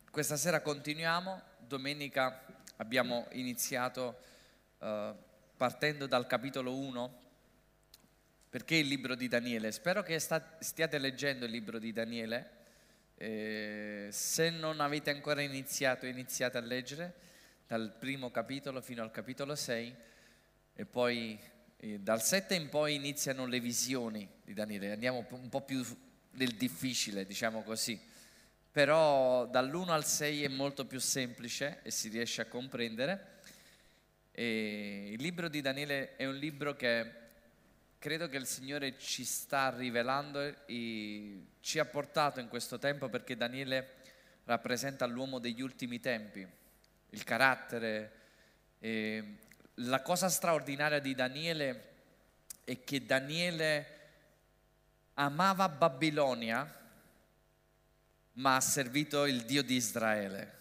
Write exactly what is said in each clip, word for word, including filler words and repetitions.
Questa sera continuiamo. Domenica abbiamo iniziato uh, partendo dal capitolo uno. Perché il libro di Daniele? Spero che sta, stiate leggendo il libro di Daniele. Eh, se non avete ancora iniziato, iniziate a leggere dal primo capitolo fino al capitolo sei e poi eh, dal sette in poi iniziano le visioni di Daniele. Andiamo un po' più nel difficile, diciamo così. Però dall'uno al sei è molto più semplice e si riesce a comprendere. E il libro di Daniele è un libro che credo che il Signore ci sta rivelando e ci ha portato in questo tempo, perché Daniele rappresenta l'uomo degli ultimi tempi, il carattere. E la cosa straordinaria di Daniele è che Daniele amava Babilonia, ma ha servito il Dio di Israele.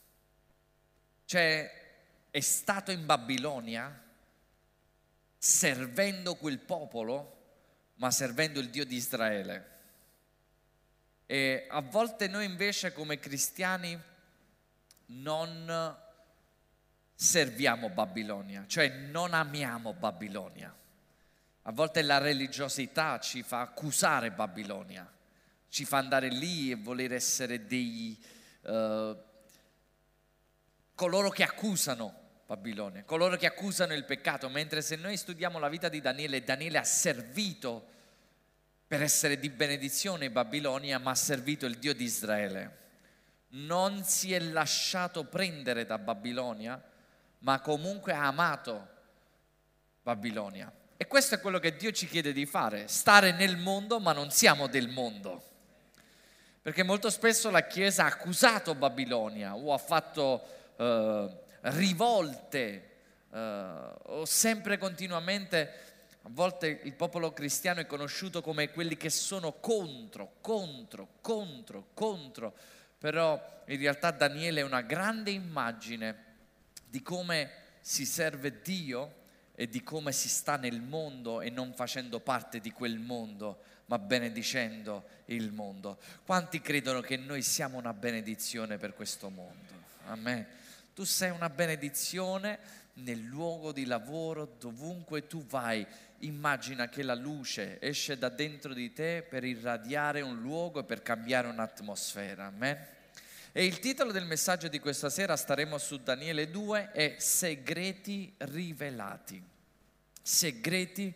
Cioè è stato in Babilonia servendo quel popolo, ma servendo il Dio di Israele. E a volte noi invece come cristiani non serviamo Babilonia, cioè non amiamo Babilonia. A volte la religiosità ci fa accusare Babilonia, ci fa andare lì e voler essere dei uh, coloro che accusano Babilonia, coloro che accusano il peccato, mentre se noi studiamo la vita di Daniele, Daniele ha servito per essere di benedizione in Babilonia, ma ha servito il Dio di Israele. Non si è lasciato prendere da Babilonia, ma comunque ha amato Babilonia. E questo è quello che Dio ci chiede di fare, stare nel mondo, ma non siamo del mondo. Perché molto spesso la Chiesa ha accusato Babilonia o ha fatto eh, rivolte eh, o sempre continuamente. A volte il popolo cristiano è conosciuto come quelli che sono contro, contro, contro, contro. Però in realtà Daniele è una grande immagine di come si serve Dio e di come si sta nel mondo e non facendo parte di quel mondo, ma benedicendo il mondo. Quanti credono che noi siamo una benedizione per questo mondo? Amen. Tu sei una benedizione nel luogo di lavoro, dovunque tu vai. Immagina che la luce esce da dentro di te per irradiare un luogo e per cambiare un'atmosfera. Amen. E il titolo del messaggio di questa sera, staremo su Daniele due, è Segreti rivelati. Segreti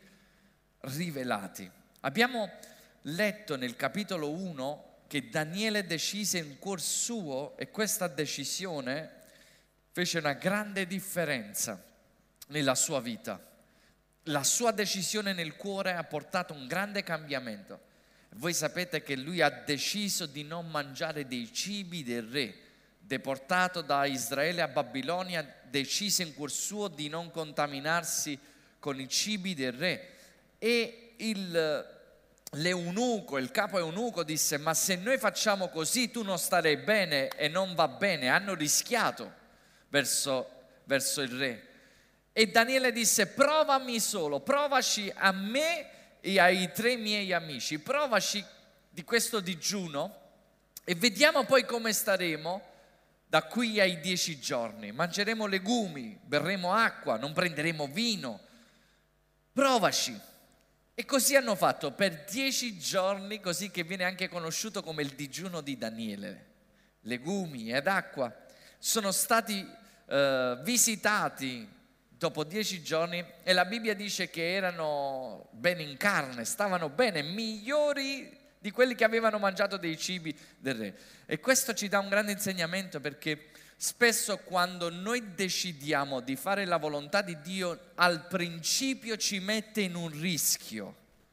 rivelati. Abbiamo letto nel capitolo uno che Daniele decise in cuor suo, e questa decisione fece una grande differenza nella sua vita. La sua decisione nel cuore ha portato un grande cambiamento. Voi sapete che lui ha deciso di non mangiare dei cibi del re. Deportato da Israele a Babilonia, decise in cuor suo di non contaminarsi con i cibi del re. E il l'eunuco, il capo eunuco disse: ma se noi facciamo così tu non starei bene e non va bene. Hanno rischiato verso, verso il re. E Daniele disse: provami solo, provaci a me e ai tre miei amici, provaci di questo digiuno e vediamo poi come staremo da qui ai dieci giorni. Mangeremo legumi, berremo acqua, non prenderemo vino. Provaci. E così hanno fatto per dieci giorni, così che viene anche conosciuto come il digiuno di Daniele. Legumi ed acqua sono stati eh, visitati dopo dieci giorni, e la Bibbia dice che erano bene in carne, stavano bene, migliori di quelli che avevano mangiato dei cibi del re. E questo ci dà un grande insegnamento, perché spesso quando noi decidiamo di fare la volontà di Dio, al principio ci mette in un rischio,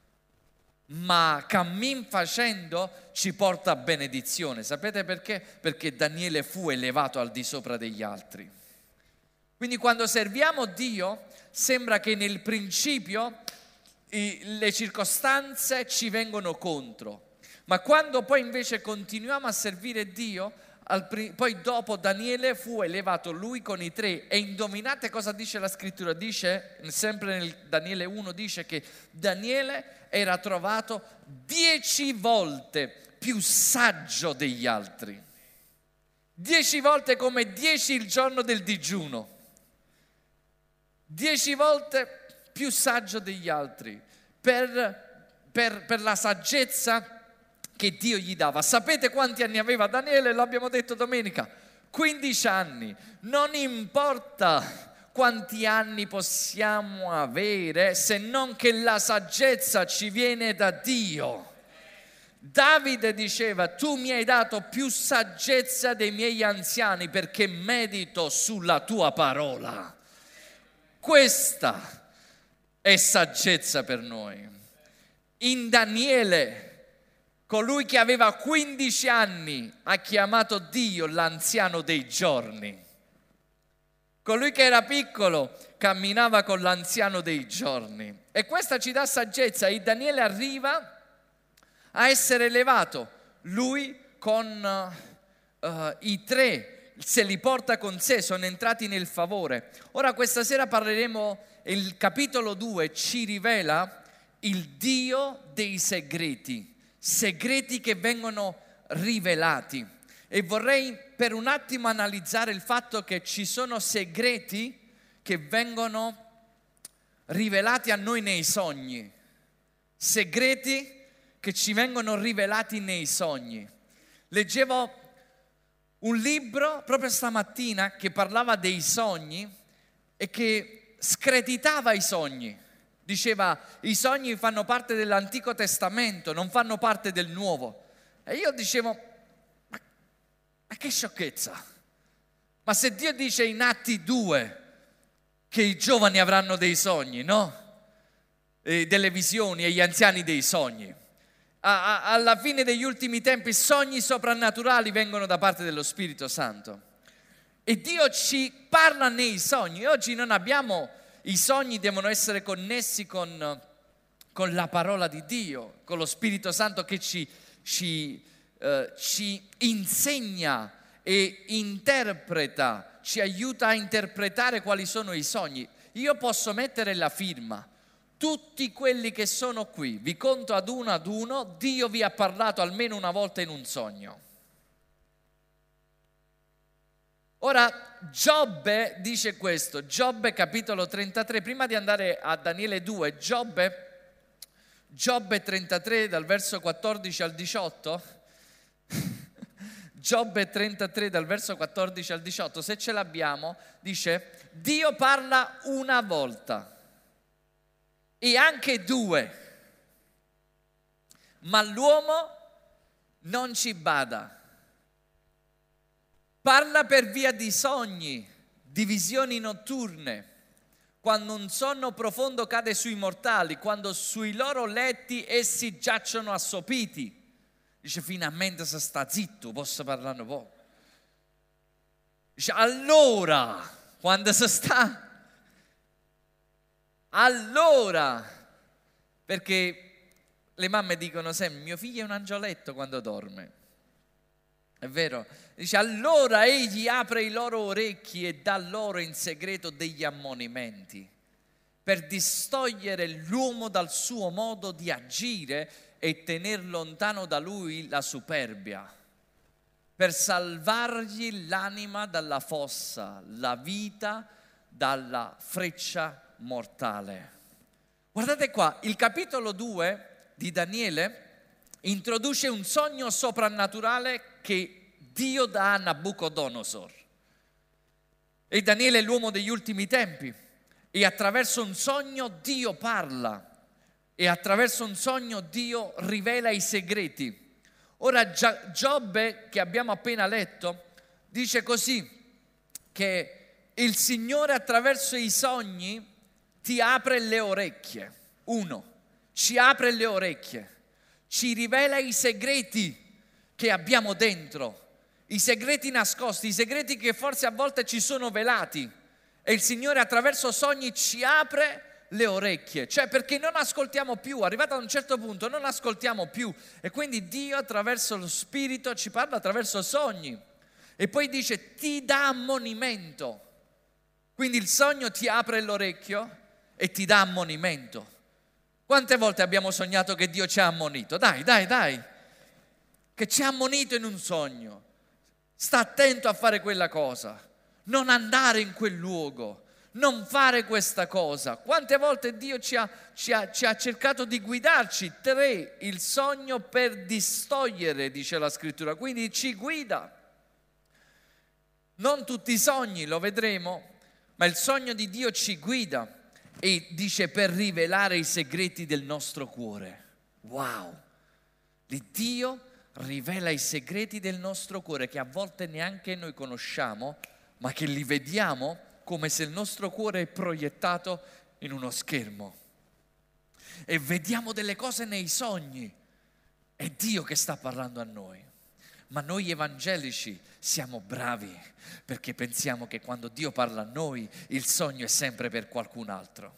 ma cammin facendo ci porta a benedizione. Sapete perché? Perché Daniele fu elevato al di sopra degli altri. Quindi quando serviamo Dio sembra che nel principio le circostanze ci vengono contro, ma quando poi invece continuiamo a servire Dio, al, poi dopo Daniele fu elevato lui con i tre. E indovinate cosa dice la scrittura? Dice, sempre nel Daniele uno, dice che Daniele era trovato dieci volte più saggio degli altri. Dieci volte come dieci il giorno del digiuno. Dieci volte più saggio degli altri per, per, per la saggezza che Dio gli dava. Sapete quanti anni aveva Daniele? L'abbiamo detto domenica. quindici anni. Non importa quanti anni possiamo avere se non che la saggezza ci viene da Dio. Davide diceva: tu mi hai dato più saggezza dei miei anziani perché medito sulla tua parola. Questa è saggezza per noi. In Daniele, colui che aveva quindici anni ha chiamato Dio l'anziano dei giorni. Colui che era piccolo camminava con l'anziano dei giorni. E questa ci dà saggezza. E Daniele arriva a essere elevato. Lui con uh, i tre se li porta con sé, sono entrati nel favore. Ora questa sera parleremo, il capitolo due ci rivela il Dio dei segreti, segreti che vengono rivelati. E vorrei per un attimo analizzare il fatto che ci sono segreti che vengono rivelati a noi nei sogni, segreti che ci vengono rivelati nei sogni. Leggevo un libro proprio stamattina che parlava dei sogni e che screditava i sogni. Diceva: i sogni fanno parte dell'Antico Testamento, non fanno parte del Nuovo. E io dicevo: ma, ma che sciocchezza! Ma se Dio dice in Atti due che i giovani avranno dei sogni, no? E delle visioni e gli anziani dei sogni. A, a, alla fine degli ultimi tempi sogni soprannaturali vengono da parte dello Spirito Santo. E Dio ci parla nei sogni. Oggi non abbiamo, i sogni devono essere connessi con, con la parola di Dio, con lo Spirito Santo che ci, ci, eh, ci insegna e interpreta, ci aiuta a interpretare quali sono i sogni. Io posso mettere la firma. Tutti quelli che sono qui, vi conto ad uno ad uno, Dio vi ha parlato almeno una volta in un sogno. Ora Giobbe dice questo, Giobbe capitolo trentatré, prima di andare a Daniele due, Giobbe, Giobbe trentatré dal verso quattordici al diciotto, Giobbe trentatré dal verso quattordici al diciotto, se ce l'abbiamo, dice: Dio parla una volta e anche due, ma l'uomo non ci bada. Parla per via di sogni, di visioni notturne, quando un sonno profondo cade sui mortali, quando sui loro letti essi giacciono assopiti. Dice: finalmente se sta zitto, posso parlare un po'. Dice: allora, quando si sta... Allora, perché le mamme dicono sempre: mio figlio è un angioletto quando dorme. È vero? Dice: allora egli apre i loro orecchi e dà loro in segreto degli ammonimenti, per distogliere l'uomo dal suo modo di agire e tener lontano da lui la superbia, per salvargli l'anima dalla fossa, la vita dalla freccia mortale. Guardate qua, il capitolo due di Daniele introduce un sogno soprannaturale che Dio dà a Nabucodonosor. E Daniele è l'uomo degli ultimi tempi e attraverso un sogno Dio parla e attraverso un sogno Dio rivela i segreti. Ora Giobbe, che abbiamo appena letto, dice così, che il Signore attraverso i sogni ti apre le orecchie. Uno, ci apre le orecchie, ci rivela i segreti che abbiamo dentro, i segreti nascosti, i segreti che forse a volte ci sono velati. E il Signore attraverso sogni ci apre le orecchie, cioè perché non ascoltiamo più, arrivato a un certo punto non ascoltiamo più. E quindi Dio attraverso lo Spirito ci parla attraverso sogni. E poi dice: ti dà ammonimento. Quindi il sogno ti apre l'orecchio e ti dà ammonimento. Quante volte abbiamo sognato che Dio ci ha ammonito? Dai, dai, dai. Che ci ha ammonito in un sogno. sta attento a fare quella cosa, non andare in quel luogo, non fare questa cosa. Quante volte Dio ci ha, ci ha, ci ha cercato di guidarci? Tre, il sogno per distogliere, dice la scrittura, quindi ci guida. Non tutti i sogni, lo vedremo, ma il sogno di Dio ci guida e dice per rivelare i segreti del nostro cuore. Wow! Dio rivela i segreti del nostro cuore che a volte neanche noi conosciamo, ma che li vediamo come se il nostro cuore è proiettato in uno schermo. E vediamo delle cose nei sogni. È Dio che sta parlando a noi. Ma noi evangelici siamo bravi perché pensiamo che quando Dio parla a noi il sogno è sempre per qualcun altro.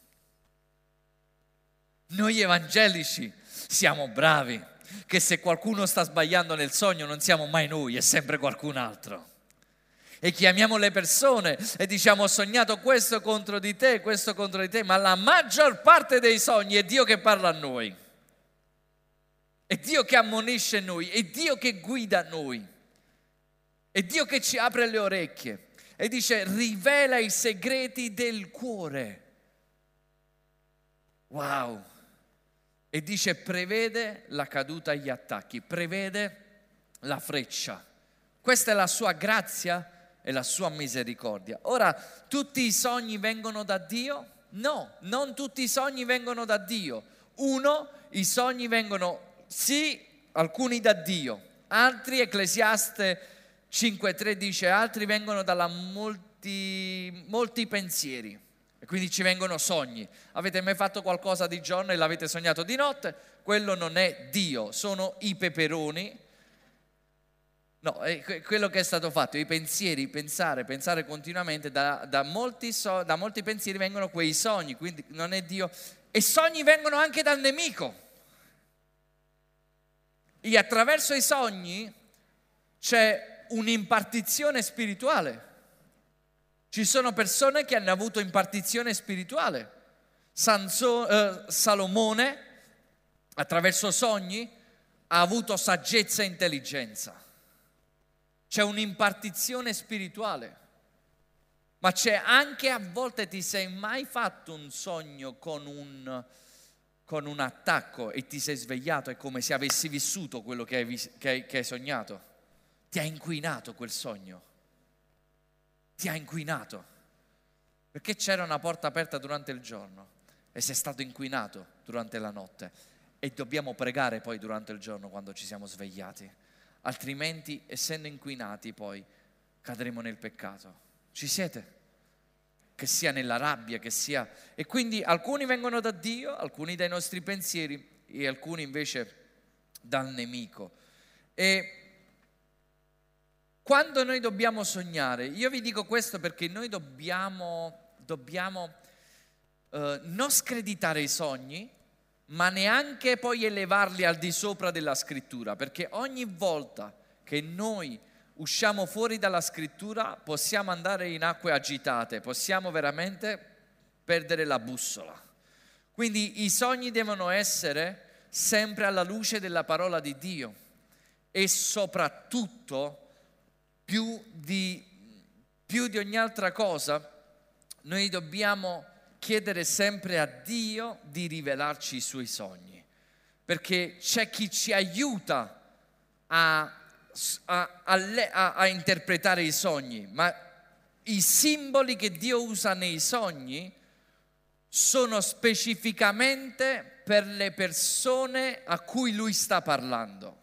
Noi evangelici siamo bravi che se qualcuno sta sbagliando nel sogno non siamo mai noi, è sempre qualcun altro. E chiamiamo le persone e diciamo ho sognato questo contro di te, questo contro di te, ma la maggior parte dei sogni è Dio che parla a noi. È Dio che ammonisce noi, è Dio che guida noi, è Dio che ci apre le orecchie e dice rivela i segreti del cuore. Wow! E dice prevede la caduta agli attacchi, prevede la freccia. Questa è la sua grazia e la sua misericordia. Ora, tutti i sogni vengono da Dio? No, non tutti i sogni vengono da Dio. Uno, i sogni vengono, sì, alcuni da Dio, altri, Ecclesiaste cinque tre dice, altri vengono da molti, molti pensieri. E quindi ci vengono sogni. Avete mai fatto qualcosa di giorno e l'avete sognato di notte? Quello non è Dio, sono i peperoni. No, è quello che è stato fatto, i pensieri, pensare, pensare continuamente, da, da, molti so, da molti pensieri vengono quei sogni, quindi non è Dio. E sogni vengono anche dal nemico. E attraverso i sogni c'è un'impartizione spirituale. Ci sono persone che hanno avuto impartizione spirituale. Sanso, eh, Salomone, attraverso sogni, ha avuto saggezza e intelligenza. C'è un'impartizione spirituale, ma c'è anche a volte ti sei mai fatto un sogno con un, con un attacco e ti sei svegliato, è come se avessi vissuto quello che hai, che hai, che hai sognato. Ti ha inquinato quel sogno, ti ha inquinato, perché c'era una porta aperta durante il giorno e sei stato inquinato durante la notte e dobbiamo pregare poi durante il giorno quando ci siamo svegliati. Altrimenti, essendo inquinati, poi cadremo nel peccato. Ci siete? Che sia nella rabbia, che sia... E quindi alcuni vengono da Dio, alcuni dai nostri pensieri e alcuni invece dal nemico. E quando noi dobbiamo sognare, io vi dico questo perché noi dobbiamo, dobbiamo eh, non screditare i sogni, ma neanche poi elevarli al di sopra della scrittura, perché ogni volta che noi usciamo fuori dalla scrittura possiamo andare in acque agitate, possiamo veramente perdere la bussola. Quindi i sogni devono essere sempre alla luce della parola di Dio e soprattutto più di, più di ogni altra cosa noi dobbiamo chiedere sempre a Dio di rivelarci i suoi sogni, perché c'è chi ci aiuta a, a, a, a interpretare i sogni, ma i simboli che Dio usa nei sogni sono specificamente per le persone a cui Lui sta parlando.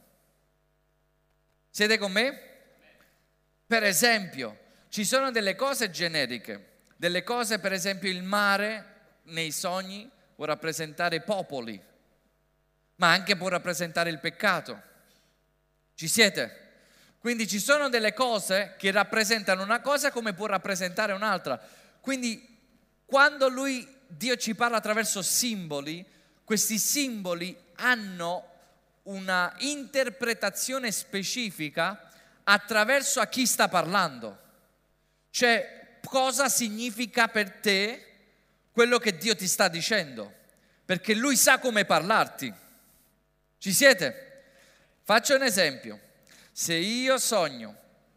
Siete con me? Per esempio, ci sono delle cose generiche. Delle cose, per esempio il mare nei sogni può rappresentare popoli, ma anche può rappresentare il peccato. Ci siete? Quindi ci sono delle cose che rappresentano una cosa come può rappresentare un'altra. Quindi quando lui, Dio ci parla attraverso simboli, questi simboli hanno una interpretazione specifica attraverso a chi sta parlando. Cioè, cosa significa per te quello che Dio ti sta dicendo, perché Lui sa come parlarti. Ci siete? Faccio un esempio. Se io sogno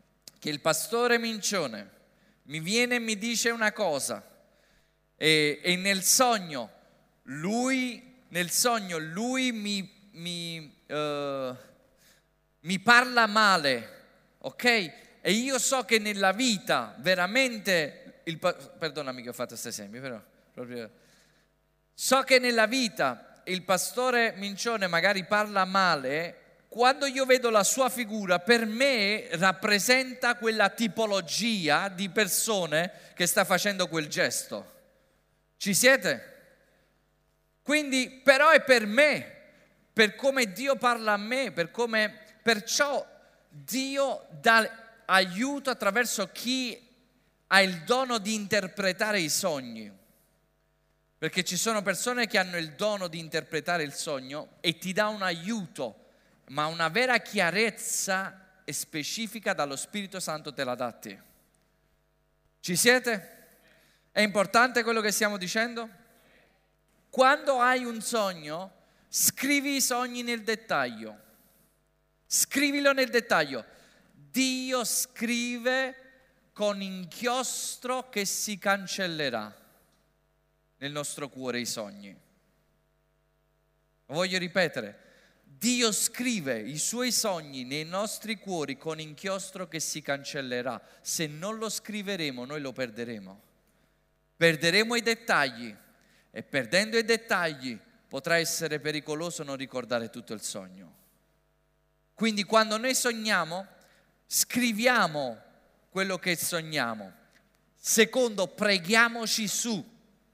che il pastore Mincione mi viene e mi dice una cosa e, e nel sogno lui, nel sogno lui mi, mi, uh, mi parla male, ok? E io so che nella vita veramente, il, perdonami che ho fatto questo esempio, però proprio, so che nella vita il pastore Mincione magari parla male. Quando io vedo la sua figura, per me rappresenta quella tipologia di persone che sta facendo quel gesto. Ci siete? Quindi, però è per me, per come Dio parla a me, per come, perciò Dio dà aiuto attraverso chi ha il dono di interpretare i sogni. Perché ci sono persone che hanno il dono di interpretare il sogno e ti dà un aiuto, ma una vera chiarezza e specifica dallo Spirito Santo te la dà a te. Ci siete? È importante quello che stiamo dicendo? Quando hai un sogno, scrivi i sogni nel dettaglio. Scrivilo nel dettaglio. Dio scrive con inchiostro che si cancellerà nel nostro cuore i sogni. Voglio ripetere. Dio scrive i suoi sogni nei nostri cuori con inchiostro che si cancellerà. Se non lo scriveremo, noi lo perderemo. Perderemo i dettagli e perdendo i dettagli potrà essere pericoloso non ricordare tutto il sogno. Quindi quando noi sogniamo, scriviamo quello che sogniamo. Secondo, preghiamoci su.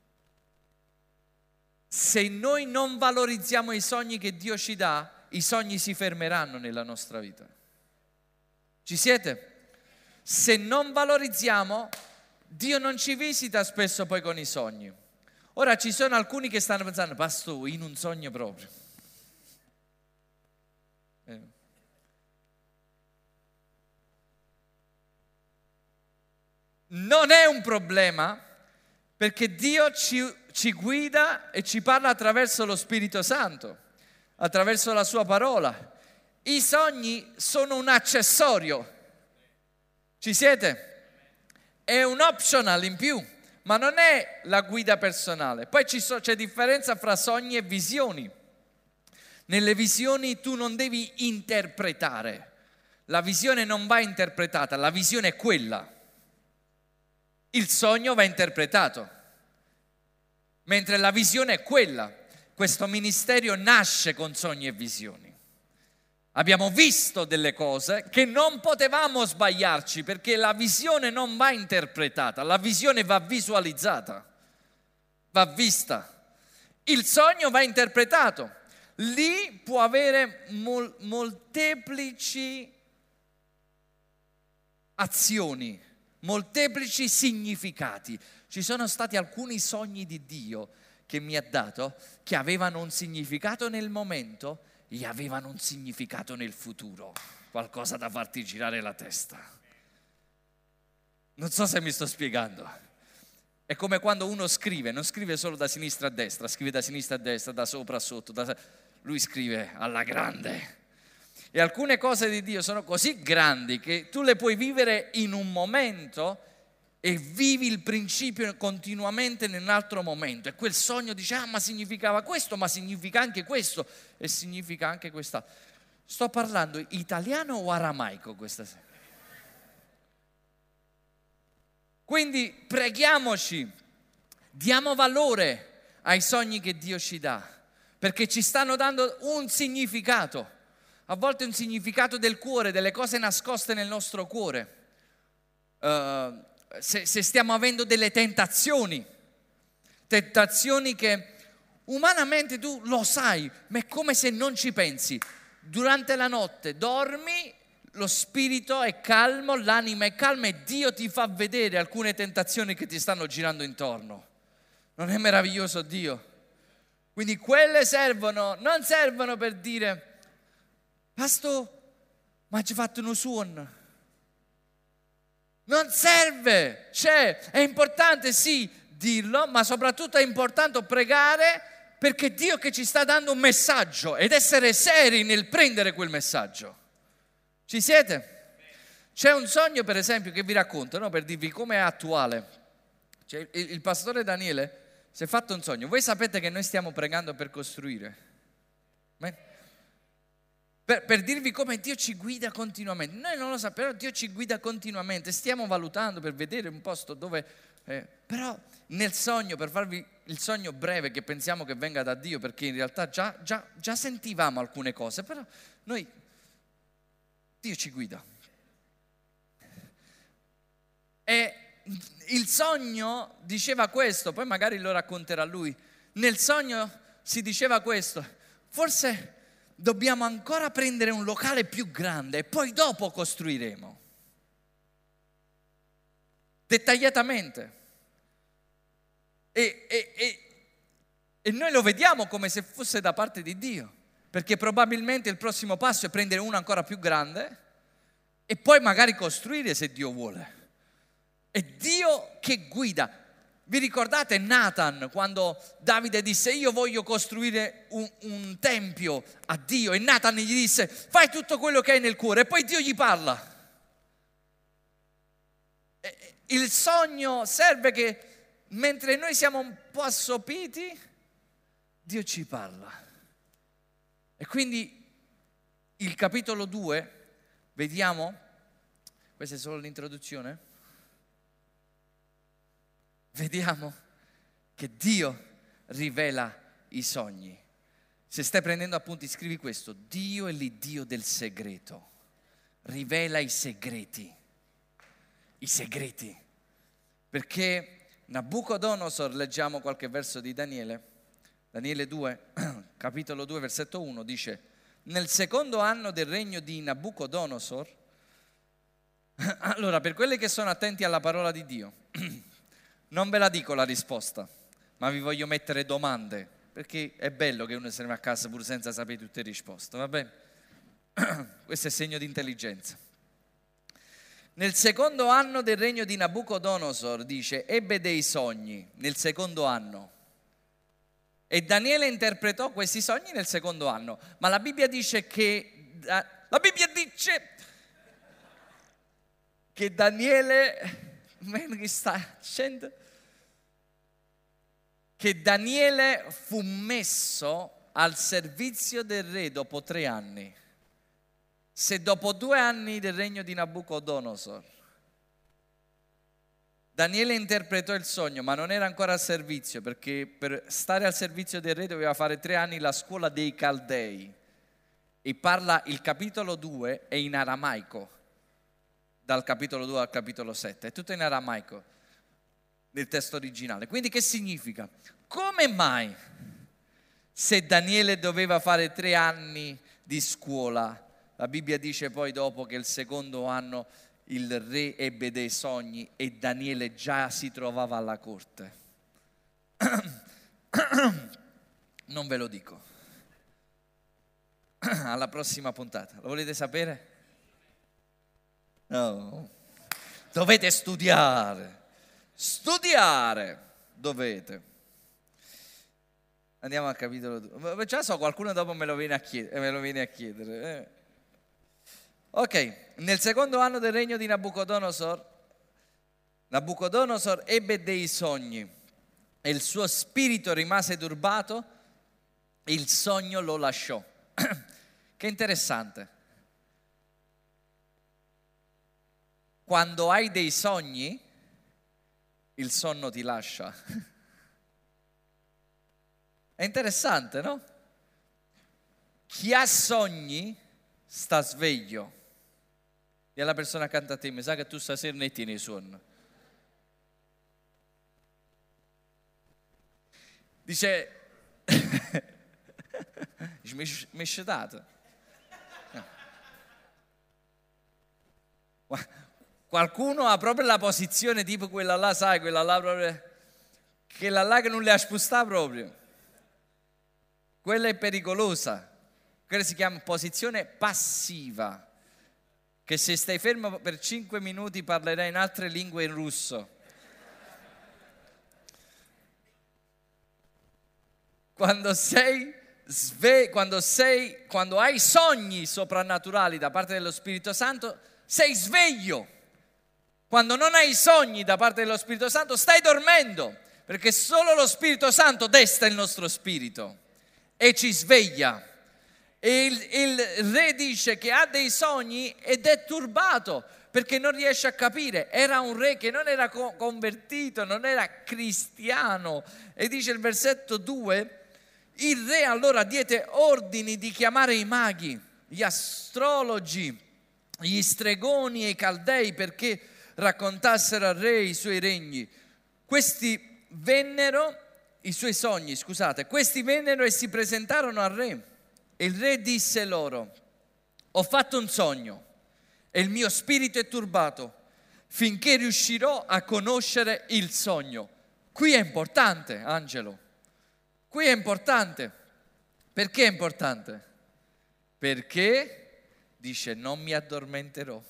Se noi non valorizziamo i sogni che Dio ci dà, i sogni si fermeranno nella nostra vita. Ci siete? Se non valorizziamo, Dio non ci visita spesso poi con i sogni. Ora ci sono alcuni che stanno pensando, pastore, in un sogno proprio. Eh. Non è un problema, perché Dio ci, ci guida e ci parla attraverso lo Spirito Santo, attraverso la sua parola. I sogni sono un accessorio. Ci siete? È un optional in più, ma non è la guida personale. Poi ci so, c'è differenza fra sogni e visioni. Nelle visioni tu non devi interpretare. La visione non va interpretata, la visione è quella. Il sogno va interpretato, mentre la visione è quella. Questo ministero nasce con sogni e visioni. Abbiamo visto delle cose che non potevamo sbagliarci perché la visione non va interpretata, la visione va visualizzata, va vista. Il sogno va interpretato. Lì può avere mol- molteplici azioni, molteplici significati. Ci sono stati alcuni sogni di Dio che mi ha dato che avevano un significato nel momento e avevano un significato nel futuro, qualcosa da farti girare la testa. Non so se mi sto spiegando. È come quando uno scrive, non scrive solo da sinistra a destra, scrive da sinistra a destra, da sopra a sotto, da... lui scrive alla grande. E alcune cose di Dio sono così grandi che tu le puoi vivere in un momento e vivi il principio continuamente in un altro momento. E quel sogno dice, ah, ma significava questo, ma significa anche questo, e significa anche questa. Sto parlando italiano o aramaico questa sera? Quindi preghiamoci, diamo valore ai sogni che Dio ci dà, perché ci stanno dando un significato. A volte un significato del cuore, delle cose nascoste nel nostro cuore. Uh, se, se stiamo avendo delle tentazioni, tentazioni che umanamente tu lo sai, ma è come se non ci pensi. Durante la notte dormi, lo spirito è calmo, l'anima è calma e Dio ti fa vedere alcune tentazioni che ti stanno girando intorno. Non è meraviglioso Dio? Quindi quelle servono, non servono per dire... Pastore, ma ci fatto uno suono? Non serve, cioè è importante sì dirlo, ma soprattutto è importante pregare perché Dio che ci sta dando un messaggio ed essere seri nel prendere quel messaggio. Ci siete? C'è un sogno, per esempio, che vi racconto, no? Per dirvi come è attuale. Cioè, il, il pastore Daniele si è fatto un sogno. Voi sapete che noi stiamo pregando per costruire. Per, per dirvi come Dio ci guida continuamente. Noi non lo sappiamo, però Dio ci guida continuamente. Stiamo valutando per vedere un posto dove... Eh, però nel sogno, per farvi il sogno breve che pensiamo che venga da Dio, perché in realtà già, già, già sentivamo alcune cose, però noi... Dio ci guida. E il sogno diceva questo, poi magari lo racconterà lui. Nel sogno si diceva questo: forse dobbiamo ancora prendere un locale più grande e poi dopo costruiremo. Dettagliatamente. E, e, e, e noi lo vediamo come se fosse da parte di Dio, perché probabilmente il prossimo passo è prendere uno ancora più grande e poi magari costruire, se Dio vuole. È Dio che guida. Vi ricordate Nathan quando Davide disse: io voglio costruire un, un tempio a Dio, e Nathan gli disse: fai tutto quello che hai nel cuore, e poi Dio gli parla. Il sogno serve che mentre noi siamo un po' assopiti, Dio ci parla. E quindi il capitolo due, vediamo, questa è solo l'introduzione. Vediamo che Dio rivela i sogni. Se stai prendendo appunti, scrivi questo: Dio è l'Iddio del segreto, rivela i segreti, i segreti. Perché Nabucodonosor, leggiamo qualche verso di Daniele, Daniele due, capitolo due, versetto uno, dice: nel secondo anno del regno di Nabucodonosor, allora, per quelli che sono attenti alla parola di Dio, non ve la dico la risposta, ma vi voglio mettere domande, perché è bello che uno se ne va a casa pur senza sapere tutte le risposte, va bene? Questo è segno di intelligenza. Nel secondo anno del regno di Nabucodonosor, dice, ebbe dei sogni nel secondo anno. E Daniele interpretò questi sogni nel secondo anno. Ma la Bibbia dice che... La Bibbia dice che Daniele... Che sta dicendo? Che Daniele fu messo al servizio del re dopo tre anni. Se dopo due anni del regno di Nabucodonosor Daniele interpretò il sogno, ma non era ancora al servizio, perché per stare al servizio del re doveva fare tre anni la scuola dei Caldei, e parla il capitolo due è in aramaico, dal capitolo due al capitolo sette, è tutto in aramaico nel testo originale. Quindi che significa? Come mai, se Daniele doveva fare tre anni di scuola, la Bibbia dice poi dopo che il secondo anno il re ebbe dei sogni e Daniele già si trovava alla corte? Non ve lo dico. Alla prossima puntata. Lo volete sapere? No. Dovete studiare. Studiare dovete. Andiamo al capitolo due. Già so, qualcuno dopo me lo viene a chiedere. Me lo viene a chiedere. Eh. Ok, nel secondo anno del regno di Nabucodonosor, Nabucodonosor ebbe dei sogni e il suo spirito rimase turbato e il sogno lo lasciò. Che interessante. Quando hai dei sogni, il sonno ti lascia. È interessante, no? Chi ha sogni sta sveglio. E alla persona accanto a te: mi sa che tu stasera ne tieni sonno. Dice, mi è scetato. Qualcuno ha proprio la posizione tipo quella là, sai, quella là proprio, quella là che non le ha spostata proprio. Quella è pericolosa. Quella si chiama posizione passiva, che se stai fermo per cinque minuti parlerai in altre lingue in russo. Quando sei sve- quando sei quando hai sogni soprannaturali da parte dello Spirito Santo, sei sveglio. Quando non hai sogni da parte dello Spirito Santo, stai dormendo, perché solo lo Spirito Santo desta il nostro spirito e ci sveglia. E il, il re dice che ha dei sogni ed è turbato, perché non riesce a capire. Era un re che non era convertito, non era cristiano. E dice il versetto due, il re allora diede ordini di chiamare i maghi, gli astrologi, gli stregoni e i caldei perché raccontassero al re i suoi regni. Questi vennero, i suoi sogni, scusate, questi vennero e si presentarono al re. E il re disse loro, ho fatto un sogno e il mio spirito è turbato finché riuscirò a conoscere il sogno. Qui è importante, Angelo. Qui è importante. Perché è importante? Perché dice non mi addormenterò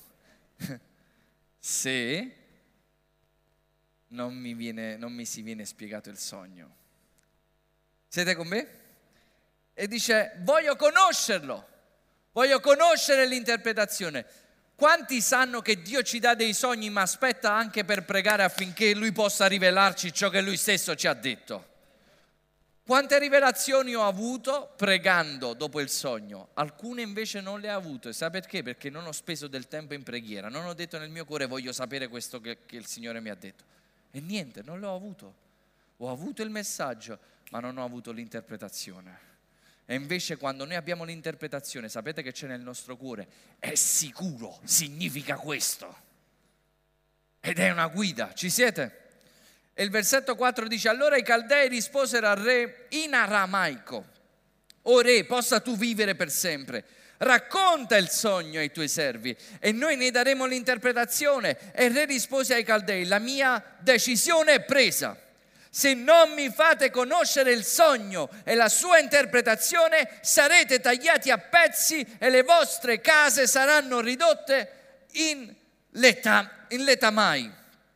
se non mi, viene, non mi si viene spiegato il sogno. Siete con me? E dice voglio conoscerlo, voglio conoscere l'interpretazione. Quanti sanno che Dio ci dà dei sogni ma aspetta anche per pregare affinché Lui possa rivelarci ciò che Lui stesso ci ha detto? Quante rivelazioni ho avuto pregando dopo il sogno? Alcune invece non le ho avute. Sa perché? Perché non ho speso del tempo in preghiera. Non ho detto nel mio cuore voglio sapere questo che, che il Signore mi ha detto. E niente, non l'ho avuto. Ho avuto il messaggio, ma non ho avuto l'interpretazione. E invece quando noi abbiamo l'interpretazione, sapete che c'è nel nostro cuore? È sicuro, significa questo. Ed è una guida. Ci siete? E il versetto quattro dice, allora i Caldei risposero al re in aramaico, o re, possa tu vivere per sempre, racconta il sogno ai tuoi servi e noi ne daremo l'interpretazione. E il re rispose ai Caldei, la mia decisione è presa, se non mi fate conoscere il sogno e la sua interpretazione sarete tagliati a pezzi e le vostre case saranno ridotte in, leta, in letamai.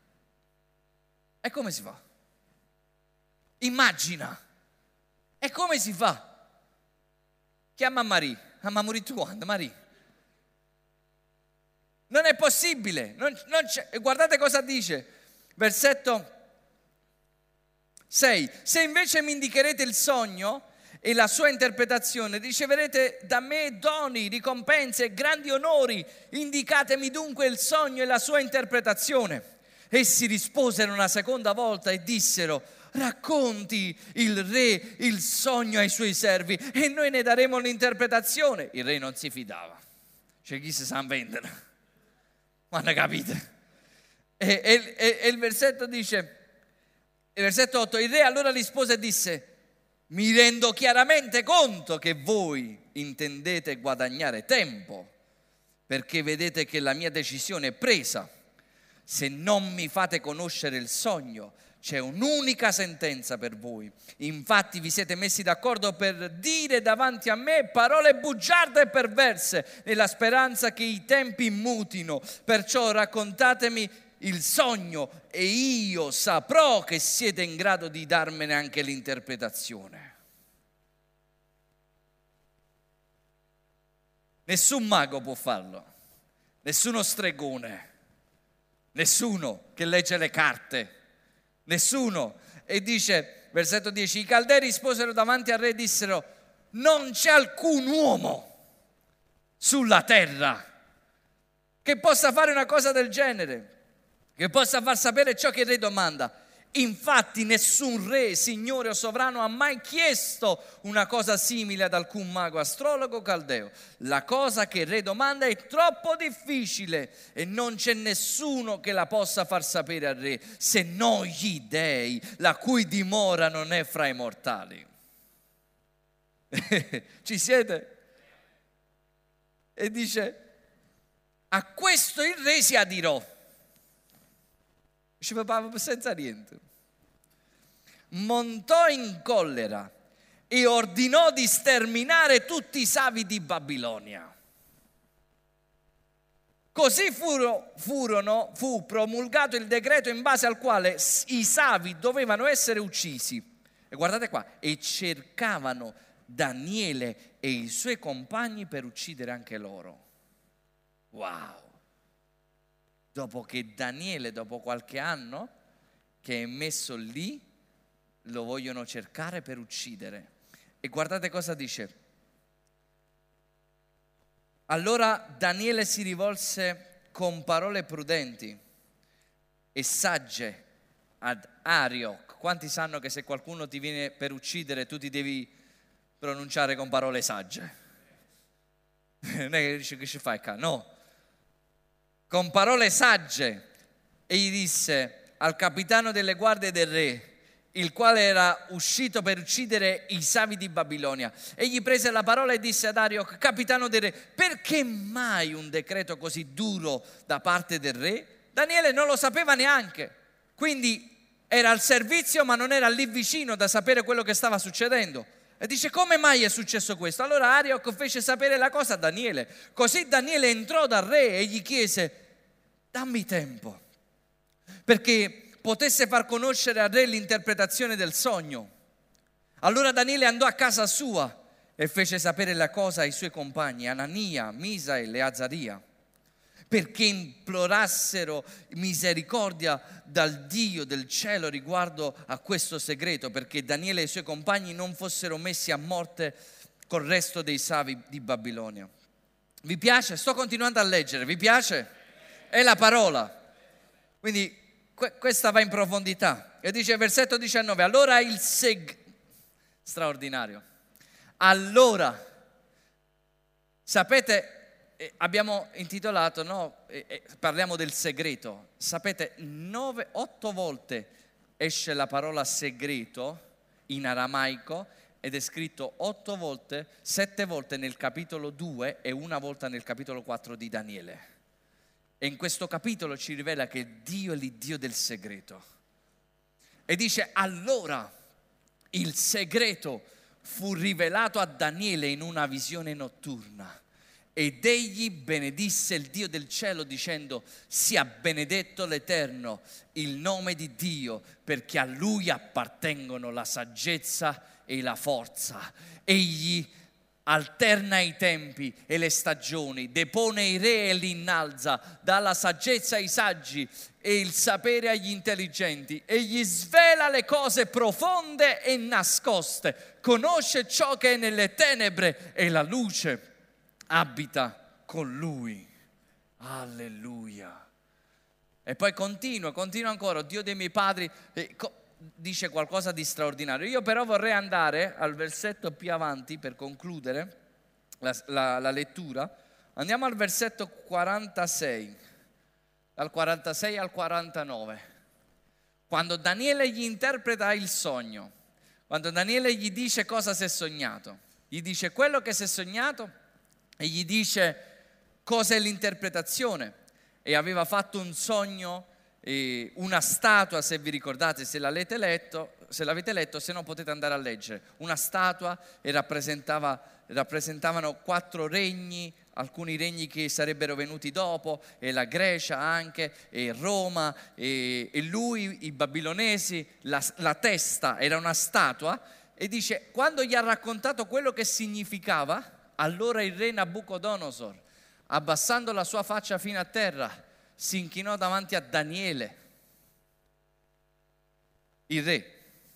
E come si fa? Immagina. E come si fa? Chiama Marie. Ah, ma morì tu quando, Marie? Non è possibile. Non, non c'è. Guardate cosa dice. Versetto sei. Se invece mi indicherete il sogno e la sua interpretazione, riceverete da me doni, ricompense e grandi onori. Indicatemi dunque il sogno e la sua interpretazione. Essi risposero una seconda volta e dissero, racconti il re il sogno ai suoi servi e noi ne daremo l'interpretazione. Il re non si fidava. C'è chi si sa vendere. Ma ne capite? E, e, e, e il versetto dice, il versetto otto, il re allora rispose e disse, mi rendo chiaramente conto che voi intendete guadagnare tempo, perché vedete che la mia decisione è presa. Se non mi fate conoscere il sogno, c'è un'unica sentenza per voi. Infatti vi siete messi d'accordo per dire davanti a me parole bugiarde e perverse, nella speranza che i tempi mutino. Perciò raccontatemi il sogno e io saprò che siete in grado di darmene anche l'interpretazione. Nessun mago può farlo, nessuno stregone. Nessuno che legge le carte, nessuno. E dice, versetto dieci, i Caldei risposero davanti al re e dissero, non c'è alcun uomo sulla terra che possa fare una cosa del genere, che possa far sapere ciò che il re domanda. Infatti nessun re, signore o sovrano ha mai chiesto una cosa simile ad alcun mago, astrologo o caldeo. La cosa che il re domanda è troppo difficile e non c'è nessuno che la possa far sapere al re, se non gli dei, la cui dimora non è fra i mortali. Ci siete? E dice, a questo il re si adirò. Ci papà senza niente. Montò in collera e ordinò di sterminare tutti i savi di Babilonia. Così furono, furono, fu promulgato il decreto in base al quale i savi dovevano essere uccisi. E guardate qua, e cercavano Daniele e i suoi compagni per uccidere anche loro. Wow! dopo che Daniele, dopo qualche anno che è messo lì, lo vogliono cercare per uccidere. E guardate cosa dice. Allora Daniele si rivolse con parole prudenti e sagge ad Arioc. Quanti sanno che se qualcuno ti viene per uccidere tu ti devi pronunciare con parole sagge? Non è che dici che ci fai qua, no. Con parole sagge, e gli disse al capitano delle guardie del re, il quale era uscito per uccidere i savi di Babilonia. Egli prese la parola e disse ad Arioc, capitano del re, perché mai un decreto così duro da parte del re? Daniele non lo sapeva neanche, quindi era al servizio ma non era lì vicino da sapere quello che stava succedendo. E dice, come mai è successo questo? Allora Arioc fece sapere la cosa a Daniele. Così Daniele entrò dal re e gli chiese, dammi tempo, perché potesse far conoscere al re l'interpretazione del sogno. Allora Daniele andò a casa sua e fece sapere la cosa ai suoi compagni, Anania, Misael e Azaria, perché implorassero misericordia dal Dio del cielo riguardo a questo segreto, perché Daniele e i suoi compagni non fossero messi a morte col resto dei savi di Babilonia. Vi piace? Sto continuando a leggere, vi piace? È la parola. Quindi questa va in profondità. E dice versetto diciannove, allora il seg... straordinario. Allora, sapete, eh, abbiamo intitolato, no? Eh, eh, parliamo del segreto. Sapete, nove, otto volte esce la parola segreto in aramaico ed è scritto otto volte, sette volte nel capitolo due e una volta nel capitolo quattro di Daniele. E in questo capitolo ci rivela che Dio è l'Iddio del segreto. E dice, allora il segreto fu rivelato a Daniele in una visione notturna. Ed egli benedisse il Dio del cielo dicendo, sia benedetto l'Eterno, il nome di Dio, perché a Lui appartengono la saggezza e la forza. Egli alterna i tempi e le stagioni, depone i re e li innalza, dà la saggezza ai saggi e il sapere agli intelligenti, e gli svela le cose profonde e nascoste, conosce ciò che è nelle tenebre e la luce abita con lui. Alleluia. E poi continua, continua ancora, Dio dei miei padri, eh, co- dice qualcosa di straordinario. Io però vorrei andare al versetto più avanti per concludere la, la, la lettura. Andiamo al versetto quarantasei, dal quarantasei al quarantanove. Quando Daniele gli interpreta il sogno, quando Daniele gli dice cosa si è sognato, gli dice quello che si è sognato e gli dice cosa è l'interpretazione. E aveva fatto un sogno, eh, una statua, se vi ricordate, se l'avete letto, se l'avete letto, se no potete andare a leggere. Una statua e rappresentava, rappresentavano quattro regni, alcuni regni che sarebbero venuti dopo, e la Grecia anche, e Roma, e, e lui, i babilonesi, la, la testa era una statua. E dice, quando gli ha raccontato quello che significava, allora il re Nabucodonosor, abbassando la sua faccia fino a terra, si inchinò davanti a Daniele, il re.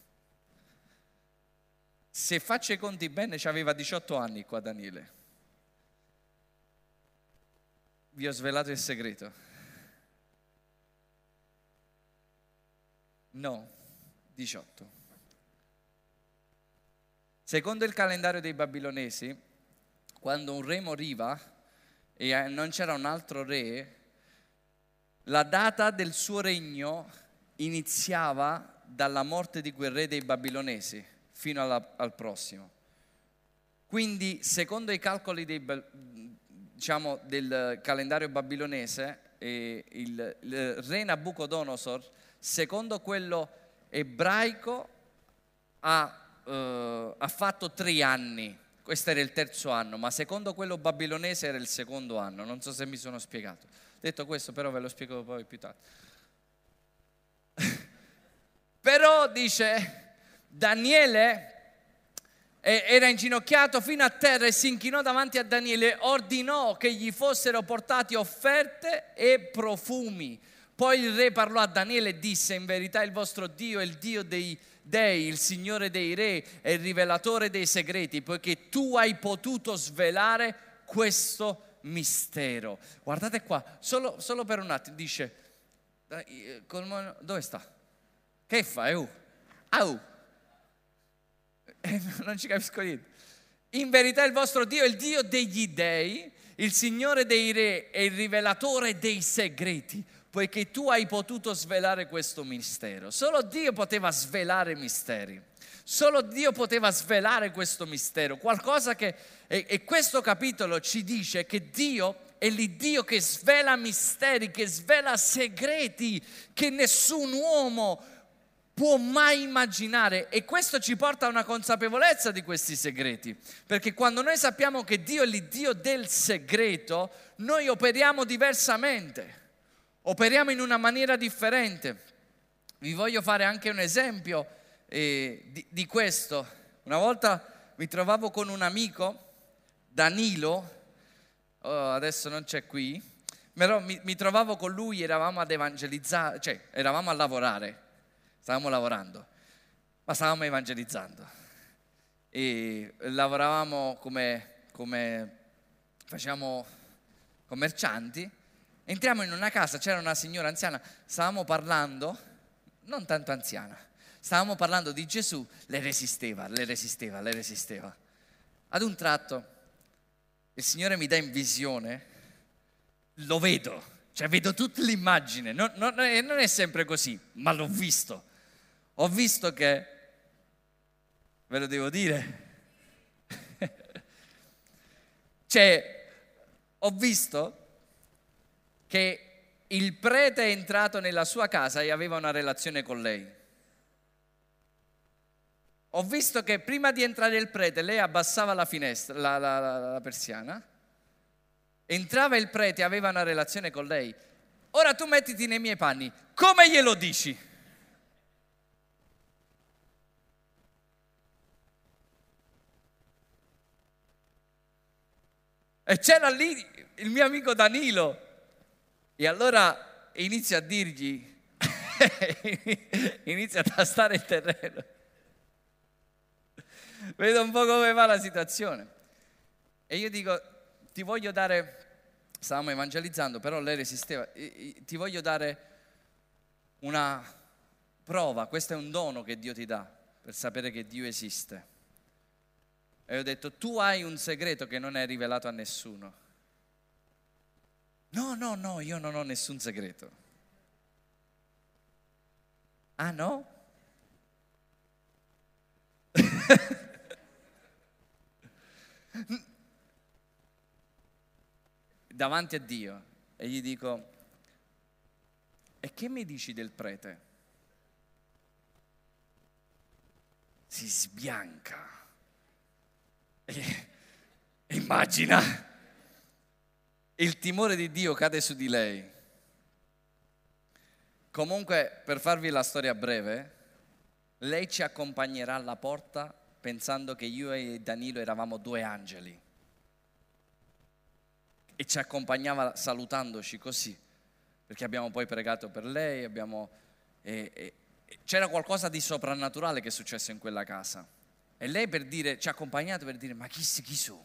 Se faccio i conti bene, aveva diciotto anni qua Daniele. Vi ho svelato il segreto. No, diciotto. Secondo il calendario dei babilonesi, quando un re moriva e non c'era un altro re, la data del suo regno iniziava dalla morte di quel re dei babilonesi fino alla, al prossimo. Quindi, secondo i calcoli dei, diciamo, del calendario babilonese, eh, il, il re Nabucodonosor, secondo quello ebraico, ha, eh, ha fatto tre anni. Questo era il terzo anno, ma secondo quello babilonese era il secondo anno. Non so se mi sono spiegato. Detto questo, però ve lo spiego poi più tardi. Però dice, Daniele era inginocchiato fino a terra e si inchinò davanti a Daniele, ordinò che gli fossero portati offerte e profumi. Poi il re parlò a Daniele e disse: in verità il vostro Dio è il Dio dei dei, il Signore dei re, è il rivelatore dei segreti, poiché tu hai potuto svelare questo mistero. Guardate qua, solo, solo per un attimo, dice, dove sta? Che fai? Uh? Au! Eh, non ci capisco niente. In verità il vostro Dio è il Dio degli dei, il Signore dei re e il rivelatore dei segreti, poiché tu hai potuto svelare questo mistero. Solo Dio poteva svelare misteri. Solo Dio poteva svelare questo mistero. Qualcosa che, e, e questo capitolo ci dice che Dio è l'Iddio che svela misteri, che svela segreti che nessun uomo può mai immaginare, e questo ci porta a una consapevolezza di questi segreti, perché quando noi sappiamo che Dio è l'Iddio del segreto, noi operiamo diversamente, operiamo in una maniera differente. Vi voglio fare anche un esempio eh, di, di questo. Una volta mi trovavo con un amico, Danilo, oh, adesso non c'è qui, però mi, mi trovavo con lui, eravamo ad evangelizzare, cioè eravamo a lavorare. Stavamo lavorando, ma stavamo evangelizzando e lavoravamo come, come facciamo commercianti. Entriamo in una casa, c'era una signora anziana, stavamo parlando, non tanto anziana, stavamo parlando di Gesù, le resisteva, le resisteva, le resisteva. Ad un tratto il Signore mi dà in visione, lo vedo, cioè vedo tutta l'immagine, non, non, non è sempre così, ma l'ho visto. Ho visto che, ve lo devo dire, cioè ho visto che il prete è entrato nella sua casa e aveva una relazione con lei. Ho visto che prima di entrare il prete lei abbassava la finestra, la, la, la, la persiana, entrava il prete e aveva una relazione con lei. Ora tu mettiti nei miei panni, come glielo dici? E c'era lì il mio amico Danilo, e allora inizio a dirgli, inizia a tastare il terreno, vedo un po' come va la situazione, e io dico, ti voglio dare, stavamo evangelizzando, però lei resisteva, ti voglio dare una prova, questo è un dono che Dio ti dà per sapere che Dio esiste. E ho detto, tu hai un segreto che non è rivelato a nessuno. No, no, no, io non ho nessun segreto. Ah no? Davanti a Dio. E gli dico, e che mi dici del prete? Si sbianca. E, immagina, il timore di Dio cade su di lei. Comunque, per farvi la storia breve, lei ci accompagnerà alla porta pensando che io e Danilo eravamo due angeli, e ci accompagnava salutandoci così, perché abbiamo poi pregato per lei, abbiamo, e, e, c'era qualcosa di soprannaturale che è successo in quella casa. E lei per dire, ci ha accompagnato per dire, ma chi, chi sono?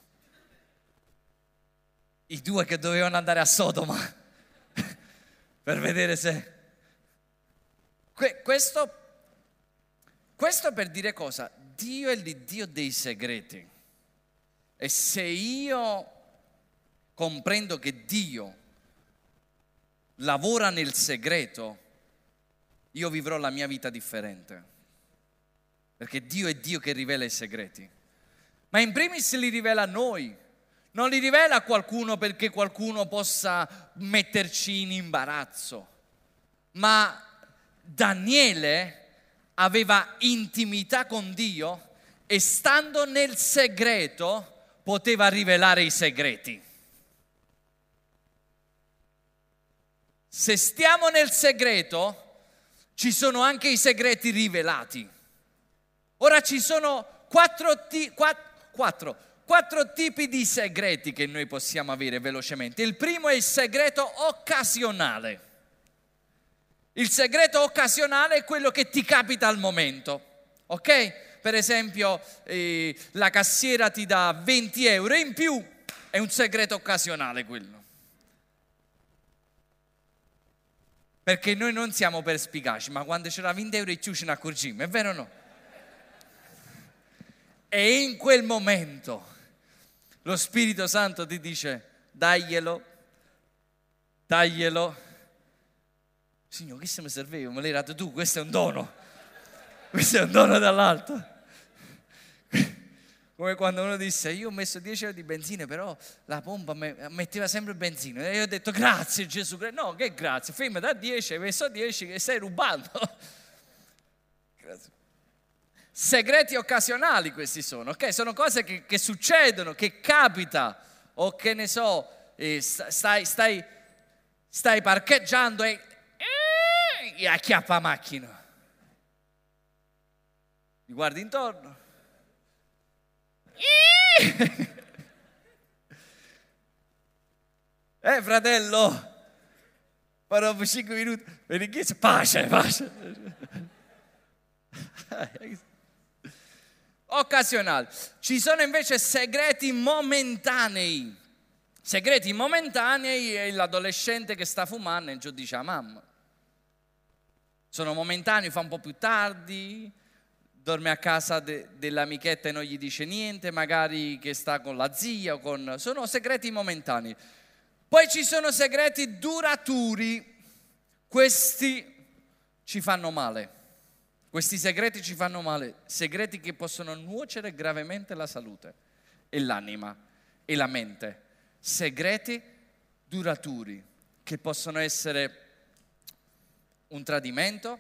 I due che dovevano andare a Sodoma per vedere se... Que, questo, questo per dire cosa? Dio è l'Iddio dei segreti. E se io comprendo che Dio lavora nel segreto, io vivrò la mia vita differente. Perché Dio è Dio che rivela i segreti, ma in primis li rivela a noi, non li rivela a qualcuno perché qualcuno possa metterci in imbarazzo. Ma Daniele aveva intimità con Dio e stando nel segreto poteva rivelare i segreti. Se stiamo nel segreto ci sono anche i segreti rivelati. Ora ci sono quattro, ti, quattro, quattro, quattro tipi di segreti che noi possiamo avere velocemente. Il primo è il segreto occasionale. Il segreto occasionale è quello che ti capita al momento, ok? Per esempio, eh, la cassiera ti dà venti euro in più, è un segreto occasionale quello. Perché noi non siamo perspicaci, ma quando c'era venti euro in più ce ne accorgiamo, è vero o no? E in quel momento lo Spirito Santo ti dice, daglielo, daglielo. Signore, che se mi serveva? Me l'hai dato tu, questo è un dono. Questo è un dono dall'alto. Come quando uno disse, io ho messo dieci euro di benzina, però la pompa metteva sempre benzina. E io ho detto, grazie Gesù. No, che grazie, fermi da dieci, hai messo dieci che stai rubando. Grazie. Segreti occasionali questi sono, ok? Sono cose che, che succedono, che capita, o che ne so, eh, stai, stai, stai parcheggiando e, e acchiappa macchina. Mi guardi intorno. Eh fratello, farò cinque minuti, vedi che c'è pace, pace. Occasionali. Ci sono invece segreti momentanei. Segreti momentanei è l'adolescente che sta fumando e giù dice a mamma. Sono momentanei, fa un po' più tardi, dorme a casa de, dell'amichetta e non gli dice niente, magari che sta con la zia o con... Sono segreti momentanei. Poi ci sono segreti duraturi. Questi ci fanno male. Questi segreti ci fanno male, segreti che possono nuocere gravemente la salute e l'anima e la mente. Segreti duraturi che possono essere un tradimento,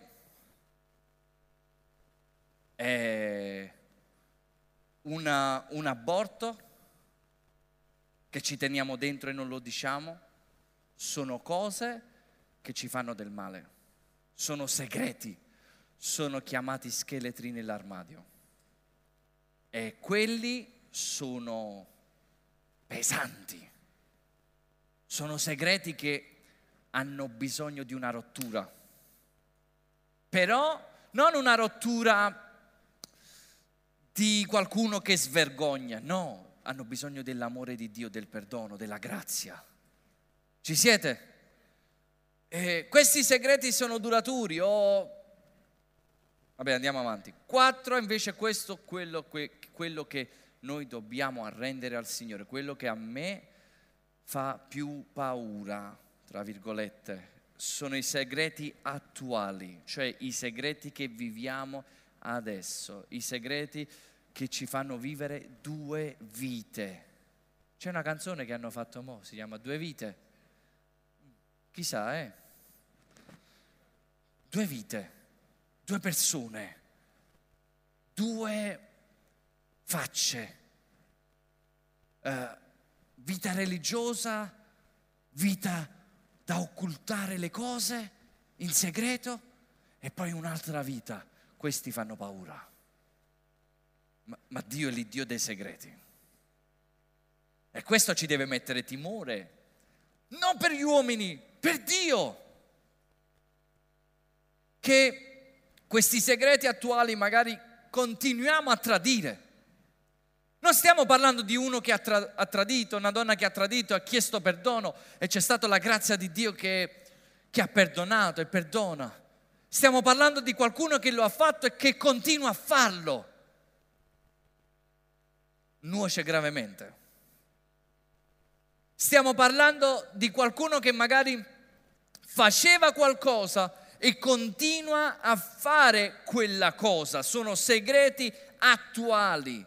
eh, una, un aborto che ci teniamo dentro e non lo diciamo. Sono cose che ci fanno del male, sono segreti. Sono chiamati scheletri nell'armadio e quelli sono pesanti, sono segreti che hanno bisogno di una rottura, però non una rottura di qualcuno che svergogna, no, hanno bisogno dell'amore di Dio, del perdono, della grazia. Ci siete? E questi segreti sono duraturi o... Vabbè, andiamo avanti. Quattro invece questo, quello, quello che noi dobbiamo arrendere al Signore, quello che a me fa più paura, tra virgolette, sono i segreti attuali, cioè i segreti che viviamo adesso, i segreti che ci fanno vivere due vite. C'è una canzone che hanno fatto mo', si chiama Due vite. Chissà, eh? Due vite. Due persone, due facce, uh, vita religiosa, vita da occultare le cose in segreto e poi un'altra vita. Questi fanno paura. Ma, ma Dio è l'Iddio dei segreti. E questo ci deve mettere timore, non per gli uomini, per Dio. Che questi segreti attuali magari continuiamo a tradire. Non stiamo parlando di uno che ha, tra- ha tradito, una donna che ha tradito, ha chiesto perdono e c'è stata la grazia di Dio che, che ha perdonato e perdona. Stiamo parlando di qualcuno che lo ha fatto e che continua a farlo. Nuoce gravemente. Stiamo parlando di qualcuno che magari faceva qualcosa e continua a fare quella cosa. Sono segreti attuali.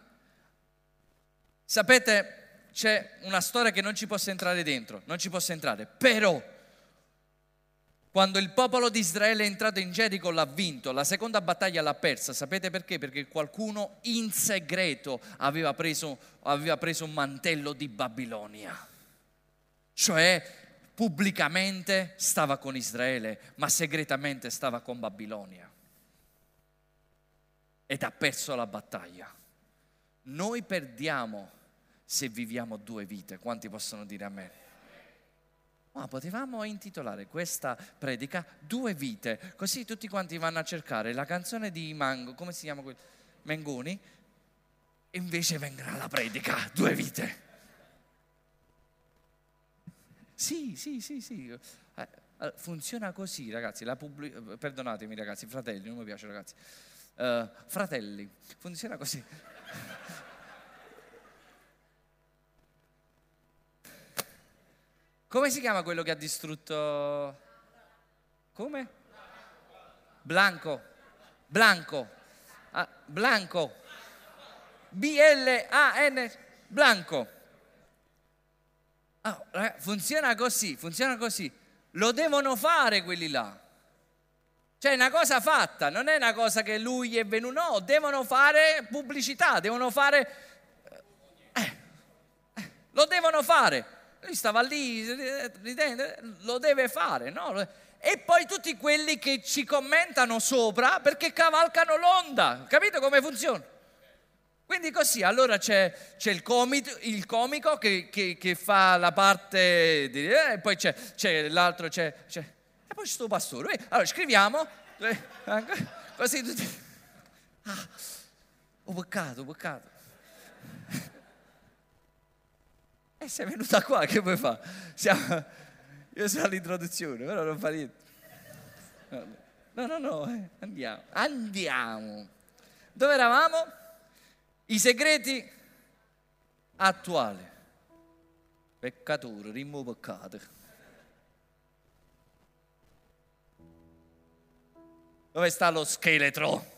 Sapete, c'è una storia che non ci possa entrare dentro, non ci possa entrare, però quando il popolo di Israele è entrato in Gerico l'ha vinto, la seconda battaglia l'ha persa. Sapete perché? Perché qualcuno in segreto aveva preso, aveva preso un mantello di Babilonia, cioè pubblicamente stava con Israele, ma segretamente stava con Babilonia. Ed ha perso la battaglia. Noi perdiamo se viviamo due vite. Quanti possono dire amen? Ma potevamo intitolare questa predica Due vite, così tutti quanti vanno a cercare la canzone di Mango, come si chiama quel? Mengoni, e invece venga la predica Due vite. Sì, sì, sì, sì. Eh, funziona così, ragazzi. La pubblic- perdonatemi, ragazzi, fratelli, non mi piace, ragazzi. Uh, fratelli, funziona così. Come si chiama quello che ha distrutto? Come? Blanco. Blanco. Ah, Blanco. B L A N. Blanco. Oh, funziona così, funziona così. Lo devono fare quelli là. Cioè è una cosa fatta, non è una cosa che lui è venuto, no, devono fare pubblicità, devono fare, eh, eh, lo devono fare. Lui stava lì, ridendo, lo deve fare, no? E poi tutti quelli che ci commentano sopra perché cavalcano l'onda, capito come funziona? Quindi così, allora c'è, c'è il, comico, il comico che, che, che fa la parte, di, eh, e poi c'è, c'è l'altro, c'è, c'è, e poi c'è sto pastore. Allora scriviamo, eh, così tutti. Ah, ho peccato, ho peccato. E sei venuta qua, che vuoi fare? Siamo, io sono all'introduzione, però non fa niente. No, no, no, eh, andiamo, andiamo. Dove eravamo? I segreti attuali. Peccatore, rimmo peccato. Dove sta lo scheletro?